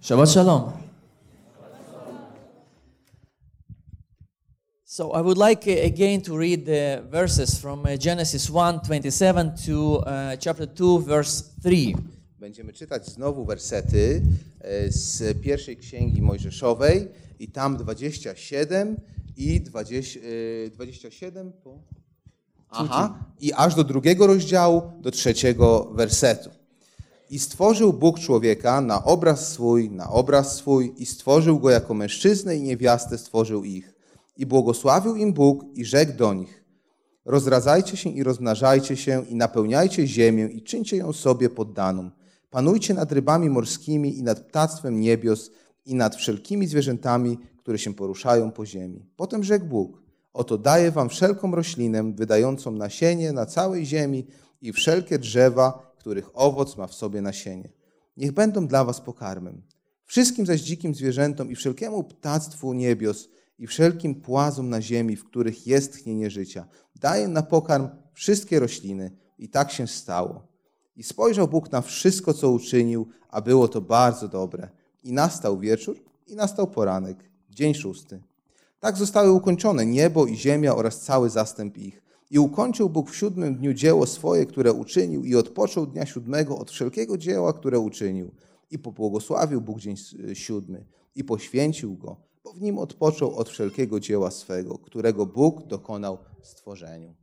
Shabbat Shalom. So I would like again to read the verses from Genesis 1:27 to chapter 2, verse 3. Będziemy czytać znowu wersety z pierwszej księgi Mojżeszowej i tam 27 i 27 i aż do drugiego rozdziału, do trzeciego wersetu. I stworzył Bóg człowieka na obraz swój i stworzył go jako mężczyznę i niewiastę stworzył ich. I błogosławił im Bóg i rzekł do nich: rozradzajcie się i rozmnażajcie się i napełniajcie ziemię i czyńcie ją sobie poddaną. Panujcie nad rybami morskimi i nad ptactwem niebios i nad wszelkimi zwierzętami, które się poruszają po ziemi. Potem rzekł Bóg: oto daję wam wszelką roślinę wydającą nasienie na całej ziemi i wszelkie drzewa, których owoc ma w sobie nasienie. Niech będą dla was pokarmem. Wszystkim zaś dzikim zwierzętom i wszelkiemu ptactwu niebios i wszelkim płazom na ziemi, w których jest tchnienie życia, daję na pokarm wszystkie rośliny. I tak się stało. I spojrzał Bóg na wszystko, co uczynił, a było to bardzo dobre. I nastał wieczór, i nastał poranek, dzień 6. Tak zostały ukończone niebo i ziemia oraz cały zastęp ich. I ukończył Bóg w 7 dniu dzieło swoje, które uczynił, i odpoczął dnia 7 od wszelkiego dzieła, które uczynił. I pobłogosławił Bóg dzień 7 i poświęcił go, bo w nim odpoczął od wszelkiego dzieła swego, którego Bóg dokonał w stworzeniu.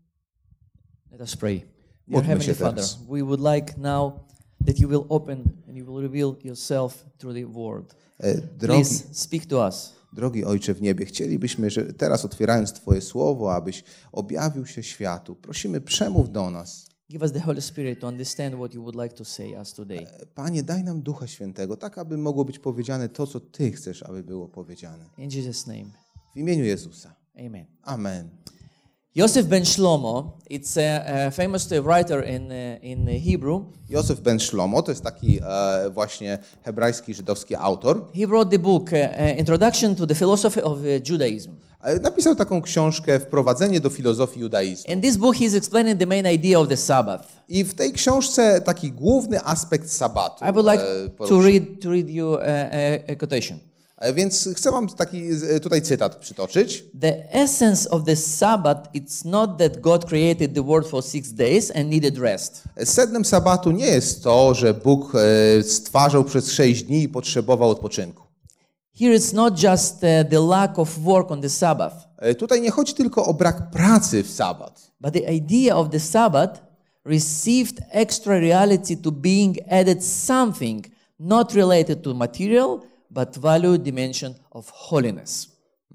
Let us pray. Dear Heavenly Father, we would like now that you will open and you will reveal yourself through the word. Please speak to us. Drogi Ojcze w niebie, chcielibyśmy, że teraz otwierając Twoje słowo, abyś objawił się światu. Prosimy, przemów do nas. Give us the Holy Spirit to understand what you would like to say us today. Panie, daj nam Ducha Świętego, tak aby mogło być powiedziane to, co Ty chcesz, aby było powiedziane. In Jesus' name. W imieniu Jezusa. Amen. Amen. Joseph ben Shlomo, it's a famous writer in Hebrew. Józef ben Shlomo to jest taki właśnie hebrajski, żydowski autor. He wrote the book Introduction to the Philosophy of Judaism. Napisał taką książkę Wprowadzenie do filozofii judaizmu. In this book he is explaining the main idea of the Sabbath. I w tej książce taki główny aspekt sabatu. I would like to read you a quotation. Więc chcę wam taki tutaj cytat przytoczyć. The essence of the Sabbath it's not that God created the world for 6 days and needed rest. Sednem sabatu nie jest to, że Bóg stwarzał przez 6 dni i potrzebował odpoczynku. Here it's not just the lack of work on the Sabbath. Tutaj nie chodzi tylko o brak pracy w sabat. But the idea of the Sabbath received extra reality to being added something not related to material but value dimension of holiness.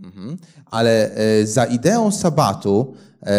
Ale za ideą sabatu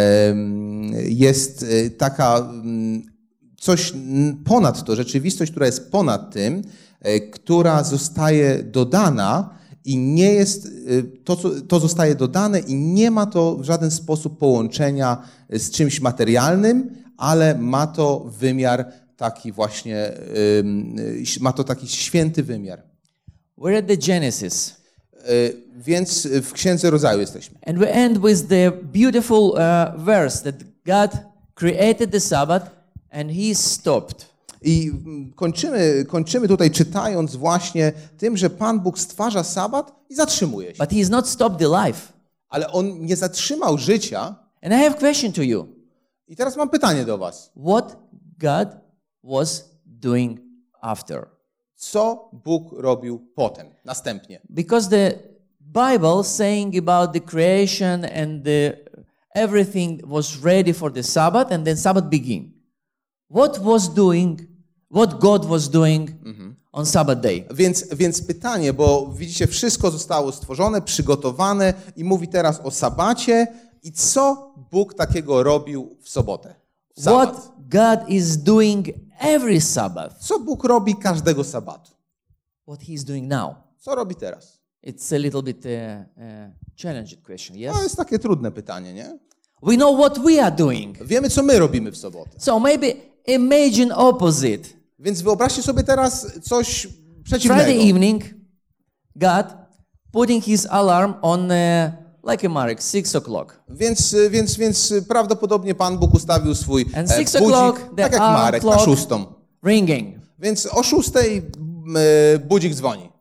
jest taka coś ponad to, rzeczywistość, która jest ponad tym, która zostaje dodana i nie jest, to zostaje dodane i nie ma to w żaden sposób połączenia z czymś materialnym, ale ma to wymiar taki właśnie, ma to taki święty wymiar. We're at the Genesis. Więc w Księdze Rodzaju jesteśmy. And we end with the beautiful verse that God created the Sabbath and He stopped. I kończymy tutaj czytając właśnie tym, że Pan Bóg stwarza sabat i zatrzymuje się. But He has not stopped the life. Ale On nie zatrzymał życia. And I have a question to you. I teraz mam pytanie do was. What God was doing after? Co Bóg robił potem, następnie? Because the Bible saying about the creation and everything was ready for the Sabbath and then Sabbath began. What God was doing on Sabbath day? Więc pytanie, bo widzicie, wszystko zostało stworzone, przygotowane i mówi teraz o sabacie. I co Bóg takiego robił w sobotę? W sabat. What God is doing every Sabbath? Co Bóg robi każdego sabatu? What He is doing now? Co robi teraz? It's a little bit challenging question, yes? To jest takie trudne pytanie, nie? We know what we are doing. Wiemy, co my robimy w sobotę. So maybe imagine opposite. Więc wyobraźcie sobie teraz coś przeciwnego. Friday evening, God putting His alarm on like a Marek, 6 o'clock. Więc prawdopodobnie Pan Bóg ustawił swój And 6 budzik, o'clock, tak the jak alarm Marek, na clock 6. ringing. Więc o 6 budzik dzwoni.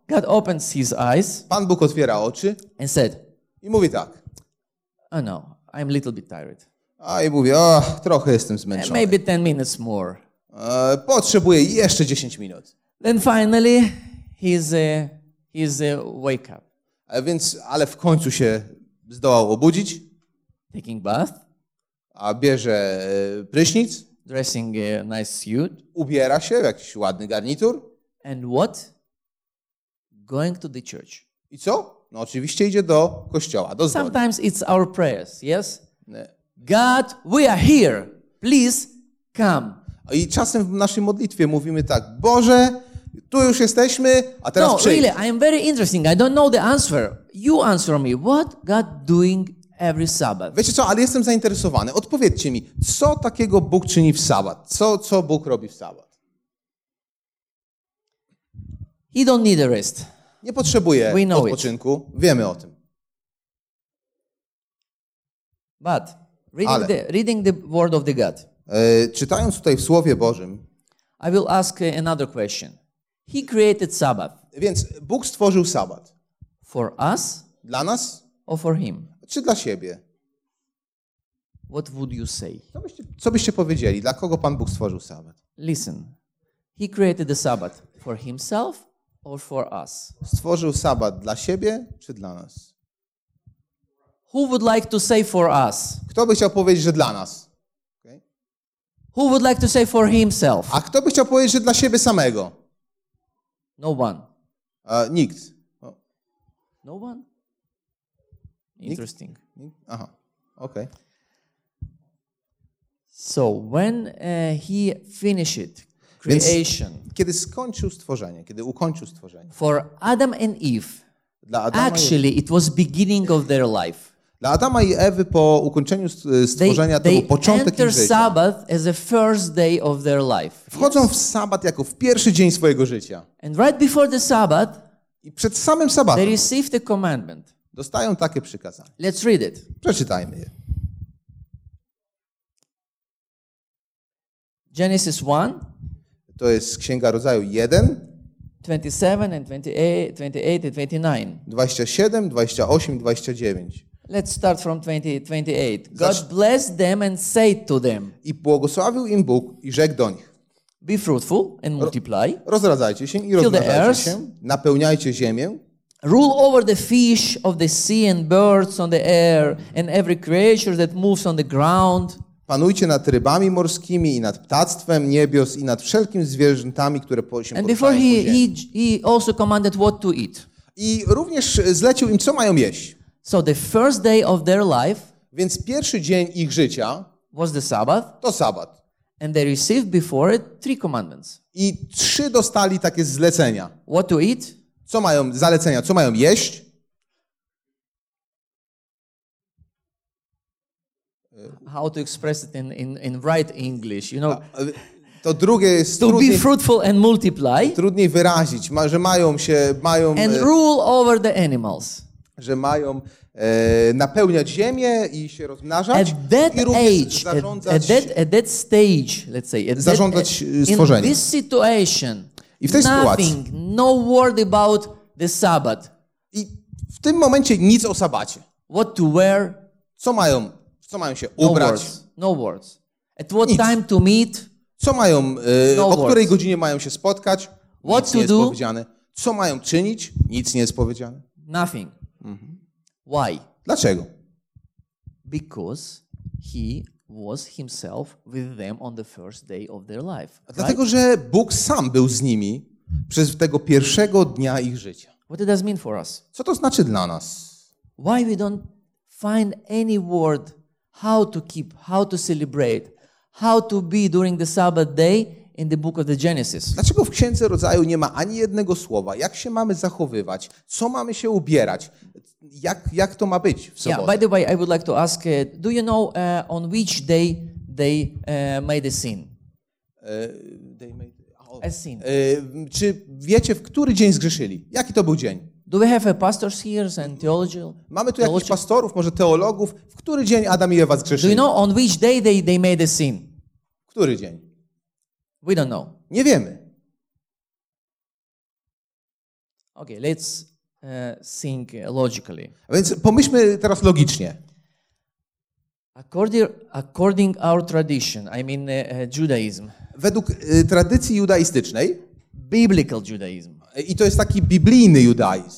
God opens his eyes Pan Bóg otwiera oczy and said, i mówi tak. oh no, I'm a little bit tired. A i mówi, o, trochę jestem And zmęczony. maybe 10 minutes more. Potrzebuję jeszcze 10 minut. Then finally, wake up, Ale w końcu się zdołał obudzić, taking bath, a bierze prysznic, dressing a nice suit, ubiera się w jakiś ładny garnitur and what? Going to the church. i co? No oczywiście idzie do kościoła, do zboru. Sometimes it's our prayers, yes? God, we are here. Please come. I czasem w naszej modlitwie mówimy tak, Boże, tu już jesteśmy, a teraz No, przyjdź. really, I am very interesting. I don't know the answer. You answer me. What God doing every Sabbath? Wiecie co, ale jestem zainteresowany. Odpowiedzcie mi, co takiego Bóg czyni w sabat? Co Bóg robi w sabat? He don't need a rest. Nie potrzebuje We know odpoczynku, wiemy o tym. But Ale. reading the word of the God, Czytając tutaj w Słowie Bożym, I will ask another question. He created Sabbath więc Bóg stworzył sabat. for us Dla nas, or for him? czy dla siebie? What would you say? Co byście powiedzieli? Dla kogo Pan Bóg stworzył sabat? Listen. He created the Sabbath for himself or for us? Stworzył sabat dla siebie, czy dla nas? Who would like to say for us? Kto by chciał powiedzieć, że dla nas? Okay. Who would like to say for himself? A kto by chciał powiedzieć, że dla siebie samego? No one. Nikt. No one? Interesting. Aha, okej. So when he finished creation Kiedy skończył stworzenie, kiedy ukończył stworzenie, for Adam and Eve, dla Adama, actually it was beginning of their life. dla Adama i Ewy po ukończeniu stworzenia to był They początek ich enter życia. Sabbath as the first day of their life. Wchodzą w sabat jako w pierwszy dzień swojego życia. And right before the Sabbath, I przed samym they sabatem received a commandment. dostają takie przykazanie. Let's read it. Przeczytajmy je. Genesis 1, To jest Księga Rodzaju 1, 27 and 28 and 29. 27, 28, 29. Let's start from 28. God blessed them and said to them, I błogosławił im Bóg i rzekł do nich: be fruitful and multiply, rozradzajcie się i the rozmnażajcie earth. się, napełniajcie ziemię, rule over the fish of the sea and birds on the air and every creature that moves on the ground. panujcie nad rybami morskimi i nad ptactwem niebios i nad wszelkimi zwierzętami, które się And poruszają before po ziemi. he also commanded what to eat. I również zlecił im, co mają jeść. So the first day of their life Więc pierwszy dzień ich życia was the Sabbath, to sabat. and they received before it 3 commandments. I 3 dostali takie zlecenia. What to eat, Co mają, zalecenia, co mają jeść, how to express it in right English, you know, to drugie jest to be fruitful and multiply, trudniej wyrazić, że mają and rule over the animals. że mają napełniać ziemię i się rozmnażać At that i również age, zarządzać, at that stage, let's say, zarządzać in stworzeniem. this situation, I w tej nothing, no word about the Sabbath. I w tym momencie nic o sabacie. What to wear, Co mają się no ubrać, words, no words. At what Nic. time to meet, co mają, No o której words. godzinie mają się spotkać, What nic to nie jest do? powiedziane. Co mają czynić, nic nie jest powiedziane. nothing. Why? Dlaczego? Because he was himself with them on the first day of their life. Dlatego, że Bóg sam był z nimi przez tego pierwszego dnia ich życia. What does that mean for us? Co to znaczy dla nas? Why we don't find any word how to keep, how to celebrate, how to be during the Sabbath day in the book of the Genesis? Dlaczego w Księdze Rodzaju nie ma ani jednego słowa? Jak się mamy zachowywać? Co mamy się ubierać? Jak to ma być w Yeah, sobotę? by the way, I would like to ask, do you know on which day they made a sin? A sin. Czy wiecie, w który dzień zgrzeszyli? Jaki to był dzień? Do we have pastors here and theological? Mamy tu jakichś pastorów, może teologów. W który dzień Adam i Ewa Do you zgrzeszyli? know on which day they made a sin? Który dzień? We don't know. Nie wiemy. Okay, let's think logically. A więc pomyślmy teraz logicznie. According our tradition, I mean Judaism, Według tradycji judaistycznej, biblical Judaism, i to jest taki biblijny judaizm,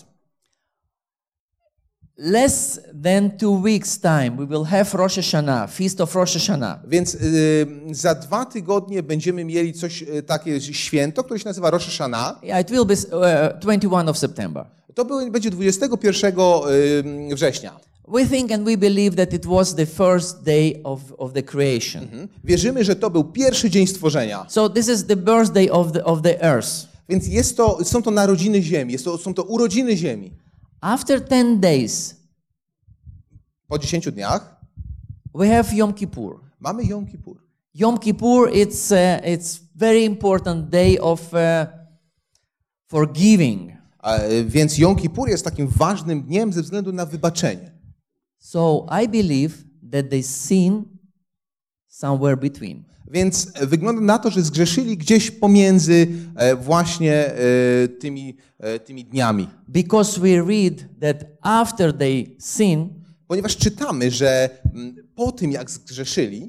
less than 2 weeks' time we will have Rosh Hashanah, Feast of Rosh Hashanah. więc za 2 tygodnie będziemy mieli coś takie święto, które się nazywa Rosh Hashanah. Yeah, it will be 21 of September. To będzie 21 września. We think and we believe that it was the first day of the creation. Wierzymy, że to był pierwszy dzień stworzenia. So this is the birthday of the earth. Więc są to narodziny Ziemi, są to urodziny Ziemi. After 10 days, Po 10 dniach we have Yom Kippur. mamy Jom Kippur. Yom Kippur, it's very important day of forgiving. Więc Jom Kippur jest takim ważnym dniem ze względu na wybaczenie. So I believe that they sin somewhere between. Więc wygląda na to, że zgrzeszyli gdzieś pomiędzy właśnie tymi dniami. Because we read that after they sin, Ponieważ czytamy, że po tym jak zgrzeszyli,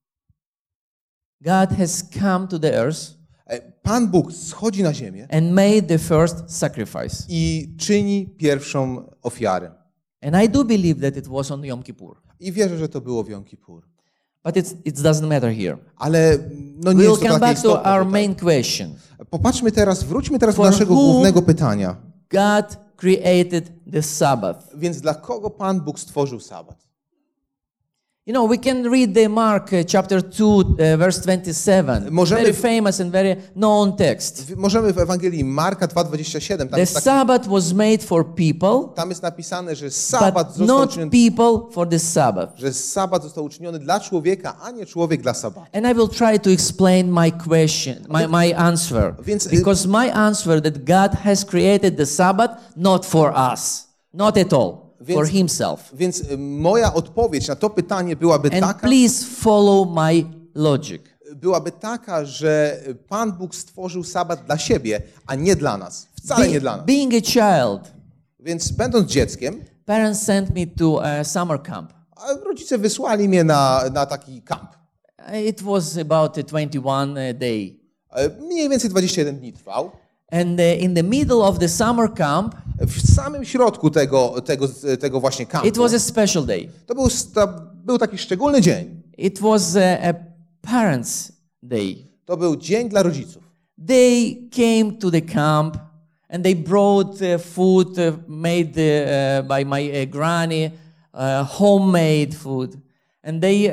God has come to the earth Pan Bóg schodzi na ziemię and made the first sacrifice. i czyni pierwszą ofiarę. And I do believe that it was on Yom Kippur. I wierzę, że to było w Jom Kippur. But it doesn't matter here. Ale nie We jest will to come takie back to istotne our tutaj. main question. Wróćmy teraz do For naszego whom- głównego pytania. God created the Sabbath. Więc dla kogo Pan Bóg stworzył sabat? You know, we can read the Mark chapter 2, verse 27. Możemy- Very famous and very known text. Możemy w Ewangelii Marka 2:27, tam The jest Sabbath was made for people, tam jest napisane, że sabat but został not uczyniony, people for the Sabbath. że sabat został uczyniony dla człowieka, a nie człowiek dla sabatu. And I will try to explain my question, my answer. Więc- Because my answer that God has created the Sabbath not for us, not at all, for himself. Więc moja odpowiedź na to pytanie byłaby And taka, please follow my logic. że Pan Bóg stworzył sabat dla siebie, a nie dla nas. Wcale nie dla nas. Being a child, Więc będąc dzieckiem, parents sent me to a summer camp. a rodzice wysłali mnie na taki kamp. It was about a 21 day. Mniej więcej 21 dni trwał. And in the middle of the summer camp, W samym środku tego właśnie kampu it was a special day. to był taki szczególny dzień. It was a parents' day. To był dzień dla rodziców. They came to the camp and they brought food made by my granny, homemade food. And they,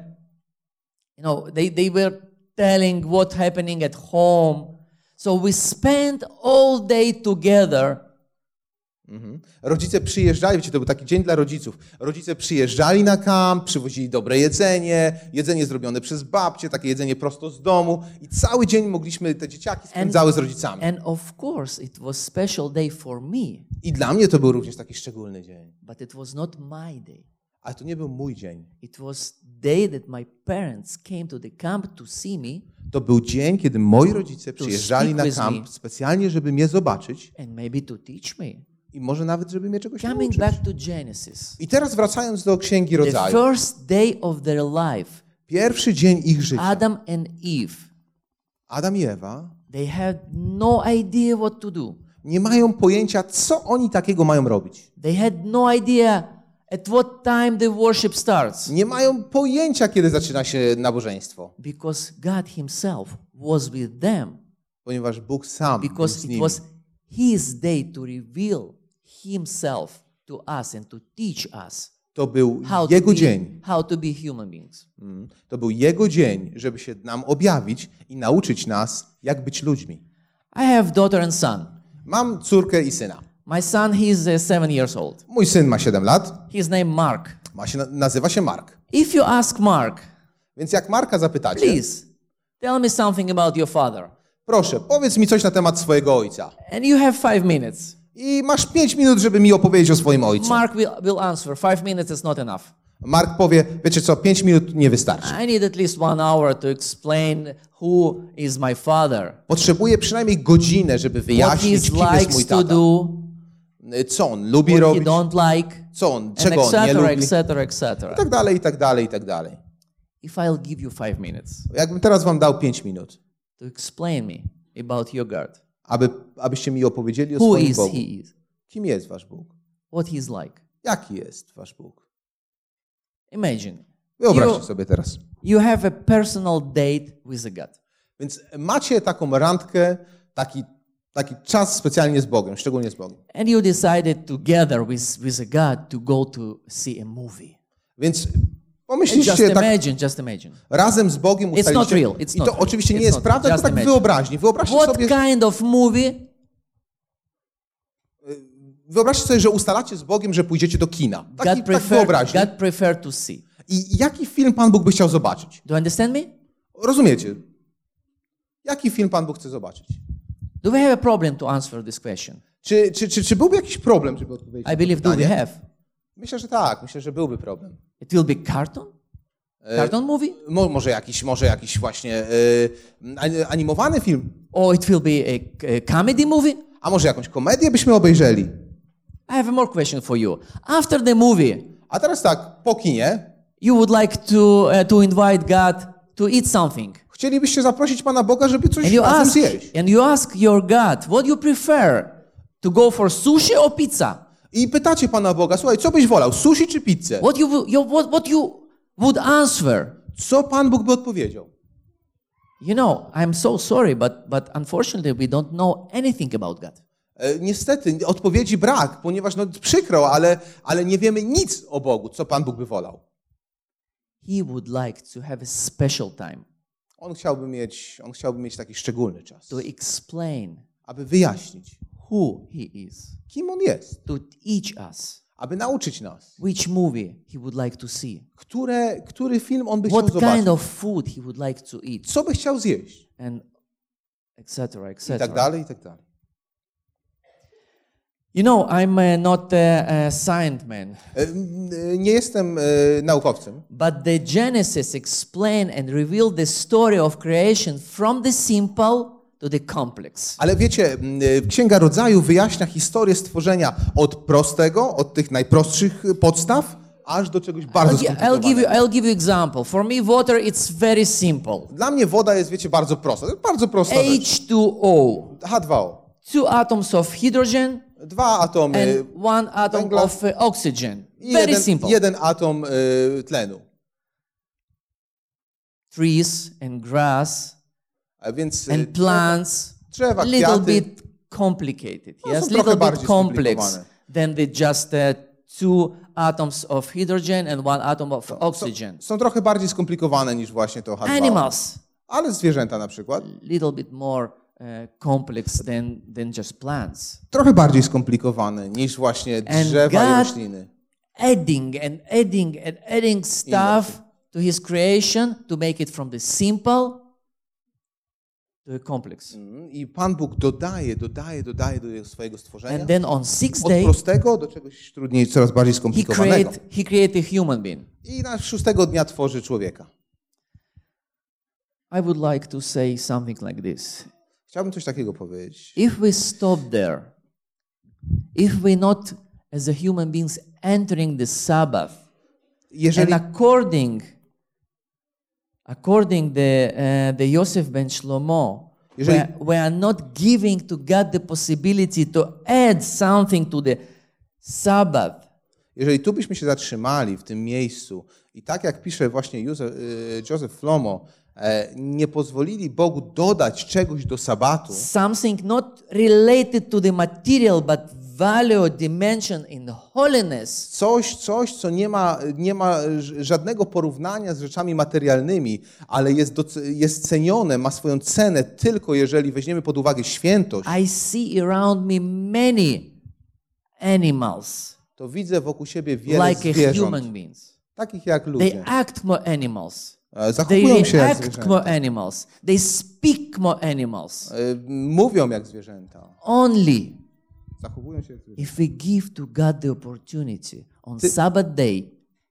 they were telling what happening at home. So we spent all day together. Rodzice przyjeżdżali, wiecie, to był taki dzień dla rodziców. Rodzice przyjeżdżali na kamp, przywozili dobre jedzenie zrobione przez babcię, takie jedzenie prosto z domu i cały dzień te dzieciaki spędzały z rodzicami. And of course it was special day for me. I dla mnie to był również taki szczególny dzień. But it was not my day. Ale to nie był mój dzień. It was day that my parents came to the camp to see me. To był dzień, kiedy moi rodzice przyjeżdżali speak na with kamp me. specjalnie, żeby mnie zobaczyć And maybe to teach me. i może nawet, żeby mnie czegoś Coming nauczyć. back to Genesis, I teraz wracając do Księgi the Rodzaju. first day of their life, Pierwszy dzień ich życia. Adam and Eve, Adam i Ewa they had no idea what to do. nie mają pojęcia, co oni takiego mają robić. They had no idea at what time the worship starts. Nie mają pojęcia, kiedy zaczyna się nabożeństwo. Because God himself was with them. Ponieważ Bóg sam był Because z it nimi. was his day to reveal himself to us and to teach us To był how to Jego be, dzień. how to be human beings. To był Jego dzień, żeby się nam objawić i nauczyć nas, jak być ludźmi. I have daughter and son. Mam córkę i syna. My son, he's 7 years old. Mój syn ma 7 lat, His name Mark. nazywa się Mark. If you ask Mark, Więc jak Marka zapytacie, please tell me something about your father. proszę, powiedz mi coś na temat swojego ojca. And you have 5 minutes. I masz 5 minut, żeby mi opowiedzieć o swoim ojcu. Mark will answer. 5 minutes is not enough. Mark powie, wiecie co, 5 minut nie wystarczy. I need at least 1 hour to explain who is my father. Potrzebuję przynajmniej godzinę, żeby What he wyjaśnić, kim jest likes mój to tata. do, Co on lubi what he robić, don't like, co on, and czego on nie lubi. etc. I tak dalej, i tak dalej, i tak dalej. If I'll give you 5 minutes Jakbym teraz wam dał 5 minut, to explain me about your God, abyście mi opowiedzieli o who swoim is Bogu. he is, Kim jest wasz Bóg? what he's like. Jaki jest wasz Bóg? Imagine Wyobraźcie sobie teraz. you have a personal date with a God. Więc macie taką randkę, taki czas specjalnie z Bogiem, szczególnie z Bogiem. And you decided together with a God to go to see a movie. Więc And pomyśliście tak just imagine. razem z Bogiem It's not ustaliście. real. It's I not to real. oczywiście nie It's jest not prawda, real. tylko Just tak imagine. wyobraźni. What kind of movie Wyobraźcie sobie, że ustalacie z Bogiem, że pójdziecie do kina. Tak wyobraźni. God preferred to see? I jaki film Pan Bóg by chciał zobaczyć? Do you understand me? Rozumiecie? Jaki film Pan Bóg chce zobaczyć? Do we have a problem to answer this question? Czy byłby jakiś problem, żeby odpowiedzieć I na to believe do we pytanie? have. Myślę, że tak. Myślę, że byłby problem. It will be cartoon? Cartoon movie? Może jakiś właśnie animowany film. Or it will be a comedy movie? A może jakąś komedię byśmy obejrzeli? I have more question for you. After the movie, A teraz tak, po kinie, you would like to invite God to eat something. chcielibyście zaprosić Pana Boga, żeby coś And you razem ask, zjeść. your God, what do you prefer? To go for sushi or pizza? I pytacie Pana Boga, słuchaj, co byś wolał, sushi czy pizzę? What you would answer? Co Pan Bóg by odpowiedział? You know, I'm so sorry, but unfortunately we don't know anything about God. Niestety, odpowiedzi brak, ponieważ przykro, ale nie wiemy nic o Bogu, co Pan Bóg by wolał. He would like to have a special time On chciałby mieć taki szczególny czas, to explain aby wyjaśnić, who he is, kim On jest, to teach us aby nauczyć nas, which movie he would like to see, który film On by chciał what zobaczyć, kind of food he would like to eat, co by chciał zjeść and etc. i tak dalej, i tak dalej. You know, I'm not a science man, Nie jestem naukowcem, but the Genesis explain and reveal the story of creation from the simple to the complex. ale wiecie, Księga Rodzaju wyjaśnia historię stworzenia od prostego, od tych najprostszych podstaw, aż do czegoś bardzo skomplikowanego. I'll give you example. For me, water it's very simple. Dla mnie woda jest, wiecie, bardzo prosta. To jest bardzo prosta rzecz. H2O, H2O. 2 atoms of hydrogen 2 atomy and 1 atom węgla of oxygen. i Very simple. jeden atom tlenu. Trees and grass A więc and plants, drzewa, a little kwiaty bit complicated. No, Yes, są little trochę bit bardziej complex skomplikowane. than the just 2 atoms of hydrogen and 1 atom of oxygen. są trochę bardziej skomplikowane niż właśnie to H2O. Animals, Ale zwierzęta na przykład little bit more complex than just plants. trochę bardziej skomplikowane niż właśnie drzewa i God rośliny. adding stuff to his creation to make it from the simple to a complex. I Pan Bóg dodaje do swojego stworzenia And then on sixth od day, prostego do czegoś trudniej, coraz bardziej skomplikowanego. he created a human being. I na 6 dnia tworzy człowieka. I would like to say something like this. Chciałbym coś takiego powiedzieć. If we stop there, if we not as a human beings entering the Sabbath, Jeżeli, and according the Yosef ben Shlomo, Jeżeli- we are not giving to God the possibility to add something to the Sabbath, jeżeli tu byśmy się zatrzymali w tym miejscu i tak jak pisze właśnie Joseph Flomo, nie pozwolili Bogu dodać czegoś do sabatu, something not related to the material but value dimension in holiness, coś, co nie ma żadnego porównania z rzeczami materialnymi, ale jest cenione, ma swoją cenę tylko jeżeli weźmiemy pod uwagę świętość, I see around me many animals to widzę wokół siebie wiele like a zwierząt, human beings. takich jak They ludzie. act more animals. They Zachowują się jak react zwierzęta. more animals. They speak more animals. Mówią jak zwierzęta. Only Zachowują się jak zwierzęta. if we give to God the opportunity on Sabbath day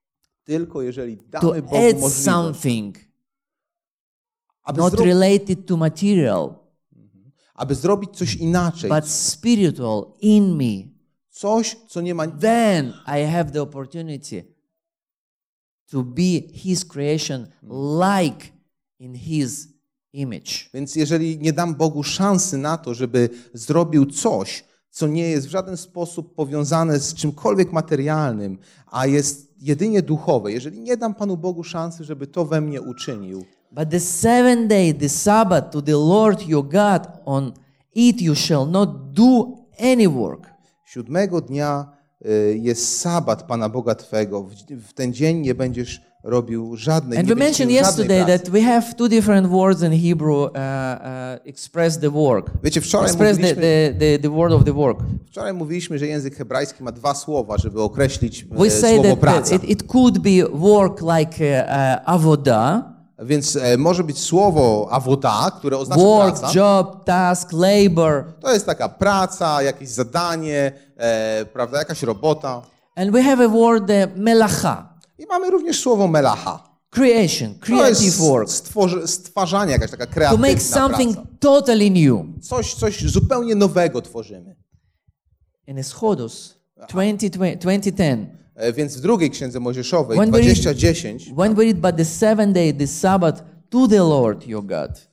tylko jeżeli to damy Bogu add możliwość, something aby, not related to material, aby zrobić coś inaczej, but spiritual in me. coś, co nie ma... Then I have the opportunity to be His creation like in His image. Więc jeżeli nie dam Bogu szansy na to, żeby zrobił coś, co nie jest w żaden sposób powiązane z czymkolwiek materialnym, a jest jedynie duchowe, jeżeli nie dam Panu Bogu szansy, żeby to we mnie uczynił, But the 7th day, the Sabbath to the Lord your God, on it you shall not do any work. 7 dnia jest sabat Pana Boga Twego. W ten dzień nie będziesz robił żadnej, And nie we będziesz mentioned miał żadnej yesterday pracy. that we have two different words in Hebrew express the work. Wiecie, wczoraj Express the word of the work. mówiliśmy, że język hebrajski ma dwa słowa, żeby określić We say słowo that praca. it could be work like avodah, Więc może być słowo avoda, które oznacza work, praca. job, task, labor. To jest taka praca, jakieś zadanie, prawda, jakaś robota. And we have a word melacha, I mamy również słowo melacha. creation, To creative jest work. stwarzanie, jakaś taka To kreatywna make something praca. totally new. Coś zupełnie nowego tworzymy. In Exodus 20:10, Więc w drugiej księdze Mojżeszowej, When we read- 20:10, when we read, but the 7th day, the Sabbath to the Lord your God.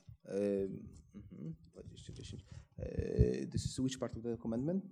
20:10. This is which part of the commandment?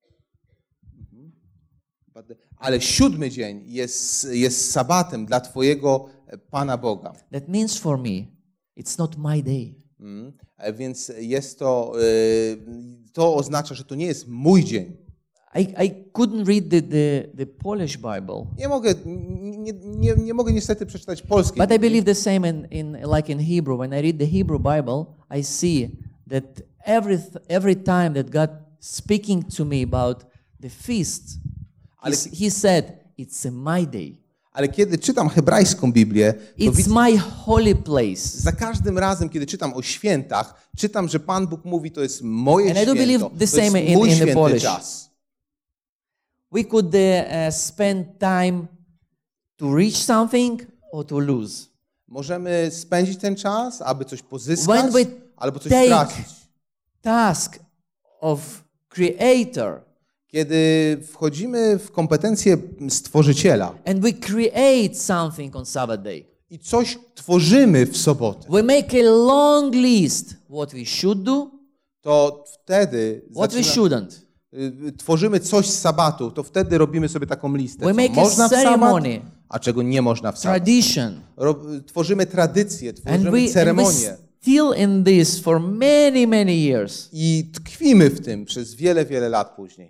Ale 7 dzień jest sabatem dla Twojego Pana Boga. That means for me, it's not my day. Więc jest to oznacza, że to nie jest mój dzień. I couldn't read the Polish Bible, Nie mogę niestety przeczytać polskiej but I Biblii. believe the same like in Hebrew. When I read the Hebrew Bible, I see that every time that God speaking to me about the feast, He said, "It's my day. Ale kiedy czytam hebrajską Biblię, to It's widzę, my holy place." za każdym razem, kiedy czytam o świętach, czytam, że Pan Bóg mówi, to jest moje And I do believe święto, the to jest same in mój the święty Polish. czas. We could spend time to reach something or to lose. Możemy spędzić ten czas, aby coś pozyskać, When we albo coś take stracić. task of creator Kiedy wchodzimy w kompetencje Stworzyciela and we create something on Sabbath day, i coś tworzymy w sobotę, we make a long list what we should do, to wtedy what we shouldn't. tworzymy coś z sabatu, to wtedy robimy sobie taką listę, We co make a można w sabat, ceremony, a czego nie można w sabat. tradition, Tworzymy tradycje, and tworzymy we ceremonię still in this for many, many years. i tkwimy w tym przez wiele, wiele lat później.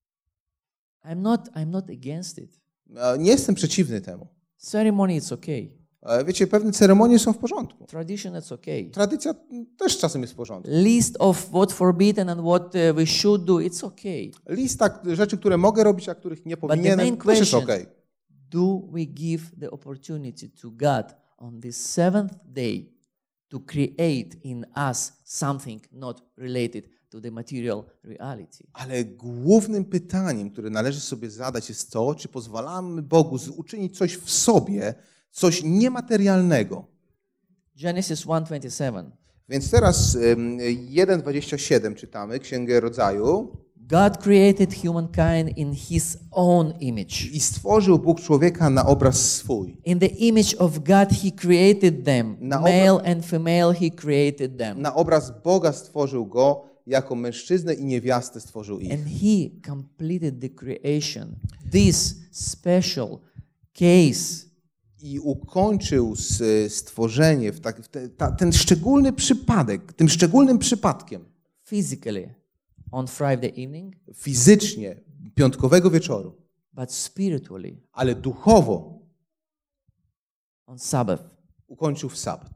I'm not against it. Nie jestem przeciwny temu. Ceremony, it's okay. Wiecie, pewne ceremonie są w porządku. Tradition, it's okay. Tradycja też czasem jest w porządku. List of what forbidden and what we should do, it's okay. Lista rzeczy, które mogę robić, a których nie the powinienem, main też jest question- okej. Do we give the opportunity to God on this 7th day to create in us something not related to the material reality? Ale głównym pytaniem, które należy sobie zadać, jest to, czy pozwalamy Bogu uczynić coś w sobie, coś niematerialnego. Genesis 1:27. Więc teraz 1:27 czytamy, Księgę Rodzaju. God created humankind in his own image. I stworzył Bóg człowieka na obraz swój. In the image of God he created them. Na Male and female he created them. Na obraz Boga stworzył go, jako mężczyznę i niewiastę stworzył ich. And he completed the creation. This special case I ukończył stworzenie ten szczególny przypadek, tym szczególnym przypadkiem. physically on Friday evening, Fizycznie, piątkowego wieczoru, but spiritually ale duchowo on Sabbath. ukończył w sabat.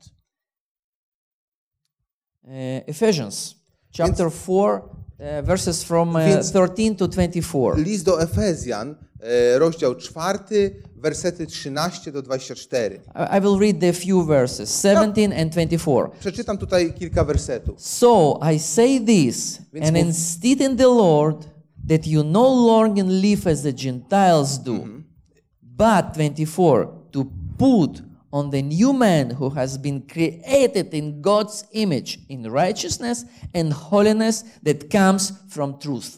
Ephesians chapter 4, verses from Więc- 13 to 24. List do Efezjan, rozdział 4, wersety 13 do 24. I will read the few verses, 17 and 24. Przeczytam tutaj kilka wersetów. So I say this, Więc and mów- instead in the Lord, that you no longer live as the Gentiles do, but 24, put on the new man who has been created in God's image in righteousness and holiness that comes from truth.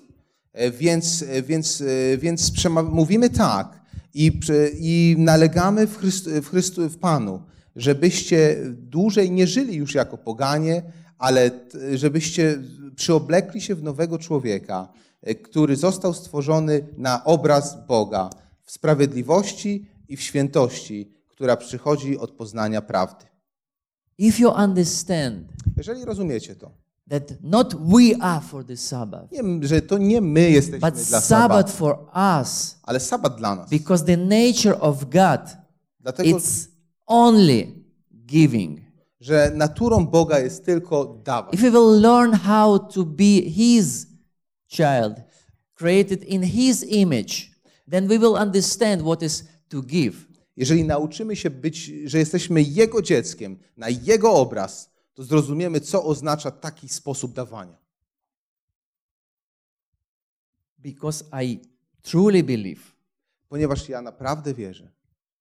Więc mówimy tak i nalegamy w Panu, żebyście dłużej nie żyli już jako poganie, ale żebyście przyoblekli się w nowego człowieka, który został stworzony na obraz Boga w sprawiedliwości i w świętości, która przychodzi od poznania prawdy. If you understand Jeżeli rozumiecie to, that not we are for the Sabbath, że to nie my jesteśmy but dla Sabbath Sabbatu, for us, ale Sabbat dla nas. because the nature of God, Dlatego, it's only giving. że naturą Boga jest tylko dawać. If we will learn how to be His child, created in His image, then we will understand what is to give. Jeżeli nauczymy się być, że jesteśmy Jego dzieckiem, na Jego obraz, to zrozumiemy, co oznacza taki sposób dawania. Because I truly believe Ponieważ ja naprawdę wierzę,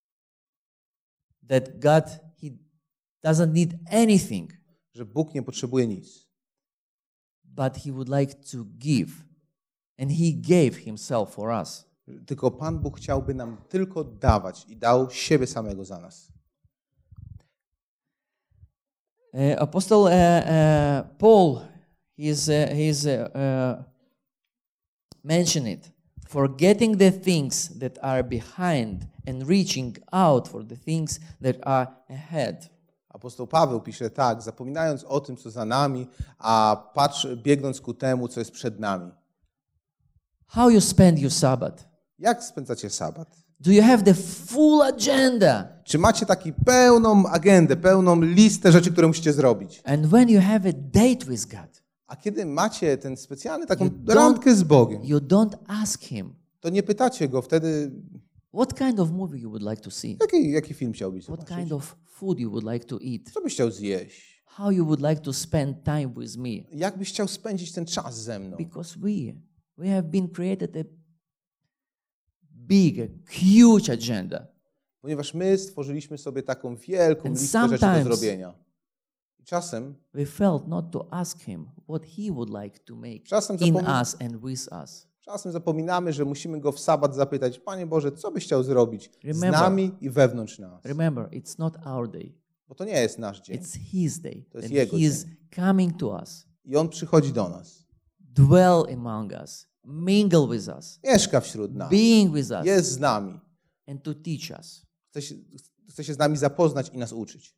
that God, He doesn't need anything, że Bóg nie potrzebuje nic, but He would like to give. And He gave Himself for us. tylko Pan Bóg chciałby nam tylko dawać i dał siebie samego za nas. Apostle Paul, he's mentioned it. Forgetting the things that are behind and reaching out for the things that are ahead. Apostoł Paweł pisze tak, zapominając o tym, co za nami, biegnąc ku temu, co jest przed nami. How you spend your Sabbath? Jak spędzacie sabat? Do you have the full agenda? Czy macie taką pełną agendę, pełną listę rzeczy, które musicie zrobić? And when you have a date with God, A kiedy macie ten specjalny, taką You don't- randkę z Bogiem, you don't ask Him, to nie pytacie Go wtedy, what kind of movie you would like to see? jaki film chciałbyś What zobaczyć? kind of food you would like to eat? Co byś chciał zjeść? How you would like to spend time with me? Jak byś chciał spędzić ten czas ze mną? Because we have been created a big, a huge agenda. Ponieważ my stworzyliśmy sobie taką wielką And listę rzeczy do sometimes- zrobienia. I czasem We felt not to ask Him what He would like to make Czasem in zapomnij- us and with us. zapominamy, że musimy Go w sabat zapytać, Panie Boże, co byś chciał zrobić z Remember- nami i wewnątrz nas? Remember, it's not our day. Bo to nie jest nasz dzień. It's His day. To jest And Jego He is coming to us, I On przychodzi do nas. dwell among us, mingle with us, Mieszka wśród nas. being with us, Jest z nami. and to teach us. Chce się z nami zapoznać i nas uczyć.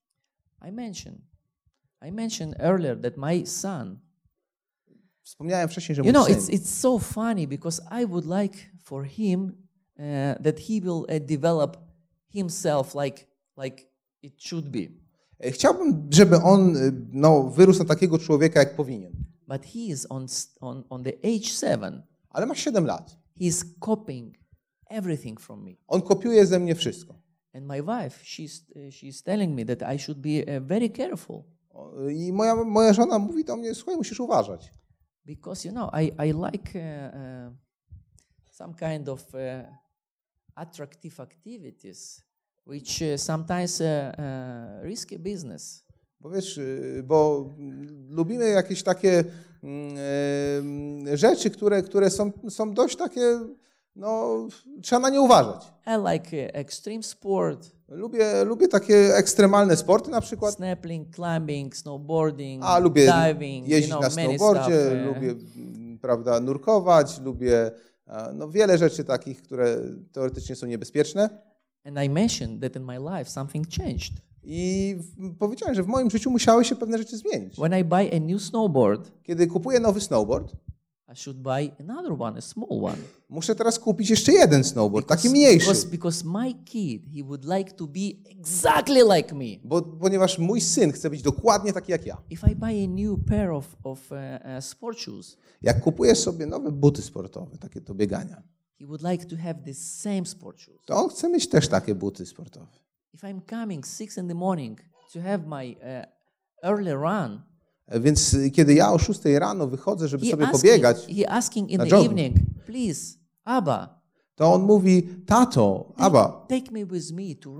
I mentioned earlier that my son, Wspomniałem wcześniej, że you mój know, syn, it's so funny because I would like for him that he will develop himself like it should be. Chciałbym, żeby on wyrósł na takiego człowieka, jak powinien. But he is on the age 7. Ale ma 7 lat. He's copying everything from me. On kopiuje ze mnie wszystko. And my wife, she's telling me that I should be very careful I moja żona mówi do mnie, słuchaj, musisz uważać. because you know I like some kind of attractive activities, which sometimes risky business. Bo wiesz, bo lubimy jakieś takie rzeczy, które są dość takie, trzeba na nie uważać. I like extreme sport, Lubię takie ekstremalne sporty na przykład. snapping, climbing, snowboarding, Lubię diving, jeździć na many snowboardzie, stuff. lubię, prawda, nurkować, lubię wiele rzeczy takich, które teoretycznie są niebezpieczne. And I mentioned that in my life something changed. I powiedziałem, że w moim życiu musiały się pewne rzeczy zmienić. When I buy a new snowboard, Kiedy kupuję nowy snowboard, I should buy another one, a small one. muszę teraz kupić jeszcze jeden snowboard, taki mniejszy. Because my kid, he would like to be exactly like me. Ponieważ mój syn chce być dokładnie taki jak ja. If I buy a new pair of sport shoes, Jak kupuję sobie nowe buty sportowe, takie do biegania, he would like to have the same sport shoes. to on chce mieć też takie buty sportowe. If I'm coming 6 in the morning to have my early run, Więc kiedy ja o 6 rano wychodzę, żeby sobie he pobiegać, asking in na the jogging. evening, please, Abba, to on mówi, tato, Abba, take me with me to run.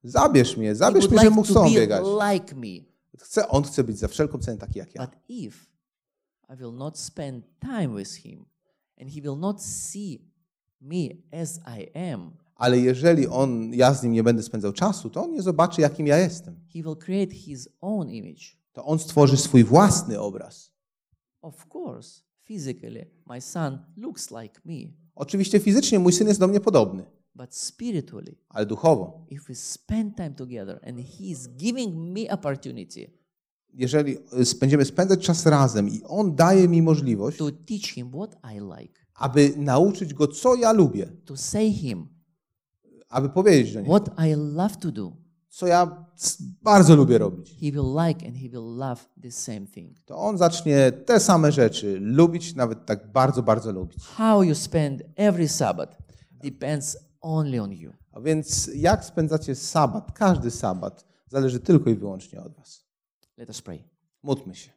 Zabierz mnie, He zabierz would mnie, żebym like mógł z to tobą be biegać. like me. On chce być za wszelką cenę taki jak ja. But if I will not spend time with him and he will not see me as I am, Ale jeżeli ja z nim nie będę spędzał czasu, to on nie zobaczy, jakim ja jestem. he will create his own image. To on stworzy swój własny obraz. Of course, physically, my son looks like me, Oczywiście fizycznie mój syn jest do mnie podobny, but spiritually, ale duchowo. if we spend time together and he is giving me opportunity Jeżeli będziemy spędzać czas razem i on daje mi możliwość, to teach him what I like, aby nauczyć go, co ja lubię, to say him aby powiedzieć do niego, what I love to do, co ja bardzo lubię robić, he will like and he will love the same thing. to on zacznie te same rzeczy lubić, nawet tak bardzo, bardzo lubić. How you spend every Sabbath depends only on you. A więc jak spędzacie sabat, każdy sabat, zależy tylko i wyłącznie od was. Let us pray. Módlmy się.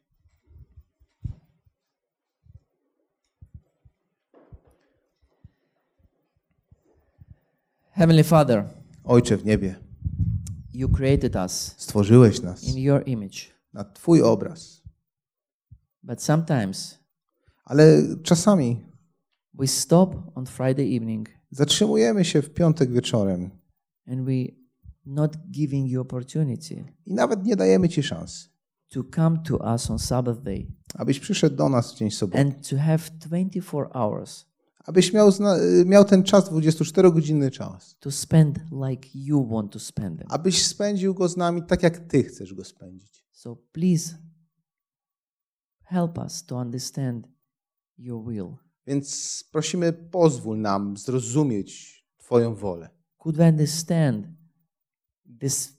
Heavenly Father, Ojcze w niebie, you created us stworzyłeś nas in your image, na Twój obraz, but sometimes ale czasami we stop on Friday evening zatrzymujemy się w piątek wieczorem and we not giving you opportunity i nawet nie dajemy Ci szans, to come to us on Sabbath day abyś przyszedł do nas w dzień soboty, and to have 24 hours abyś miał ten czas, 24-godzinny czas, to spend like you want to spend them. abyś spędził go z nami tak, jak Ty chcesz go spędzić. So please help us to understand your will. Więc prosimy, pozwól nam zrozumieć Twoją wolę. Could we understand this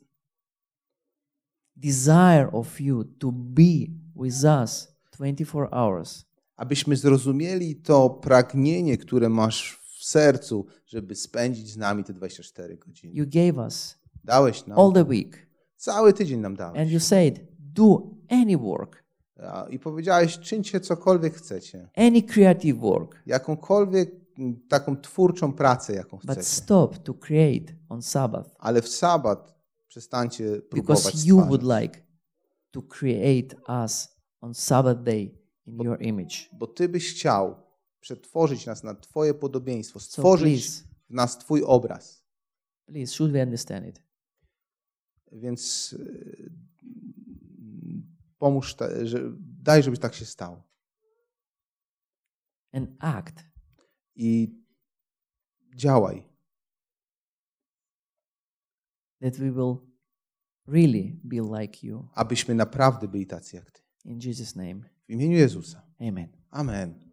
desire of you to be with us 24 hours? Abyśmy zrozumieli to pragnienie, które masz w sercu, żeby spędzić z nami te 24 godziny. You gave us Dałeś nam, all the week cały tydzień nam and dałeś. you said, do any work, I powiedziałeś, czyńcie cokolwiek chcecie. any creative work, Jakąkolwiek taką twórczą pracę, jaką but chcecie. stop to create on Sabbath Ale w sabat przestańcie próbować because you would stwarzać. like to create us on Sabbath day in your image. Bo Ty byś chciał przetworzyć nas na Twoje podobieństwo, So stworzyć please, w nas Twój obraz. please, should we understand it? Więc pomóż, daj, żeby tak się stało. And act I działaj, that we will really be like you. abyśmy naprawdę byli tacy jak Ty. In Jesus' name, W imieniu Jezusa. amen. Amen.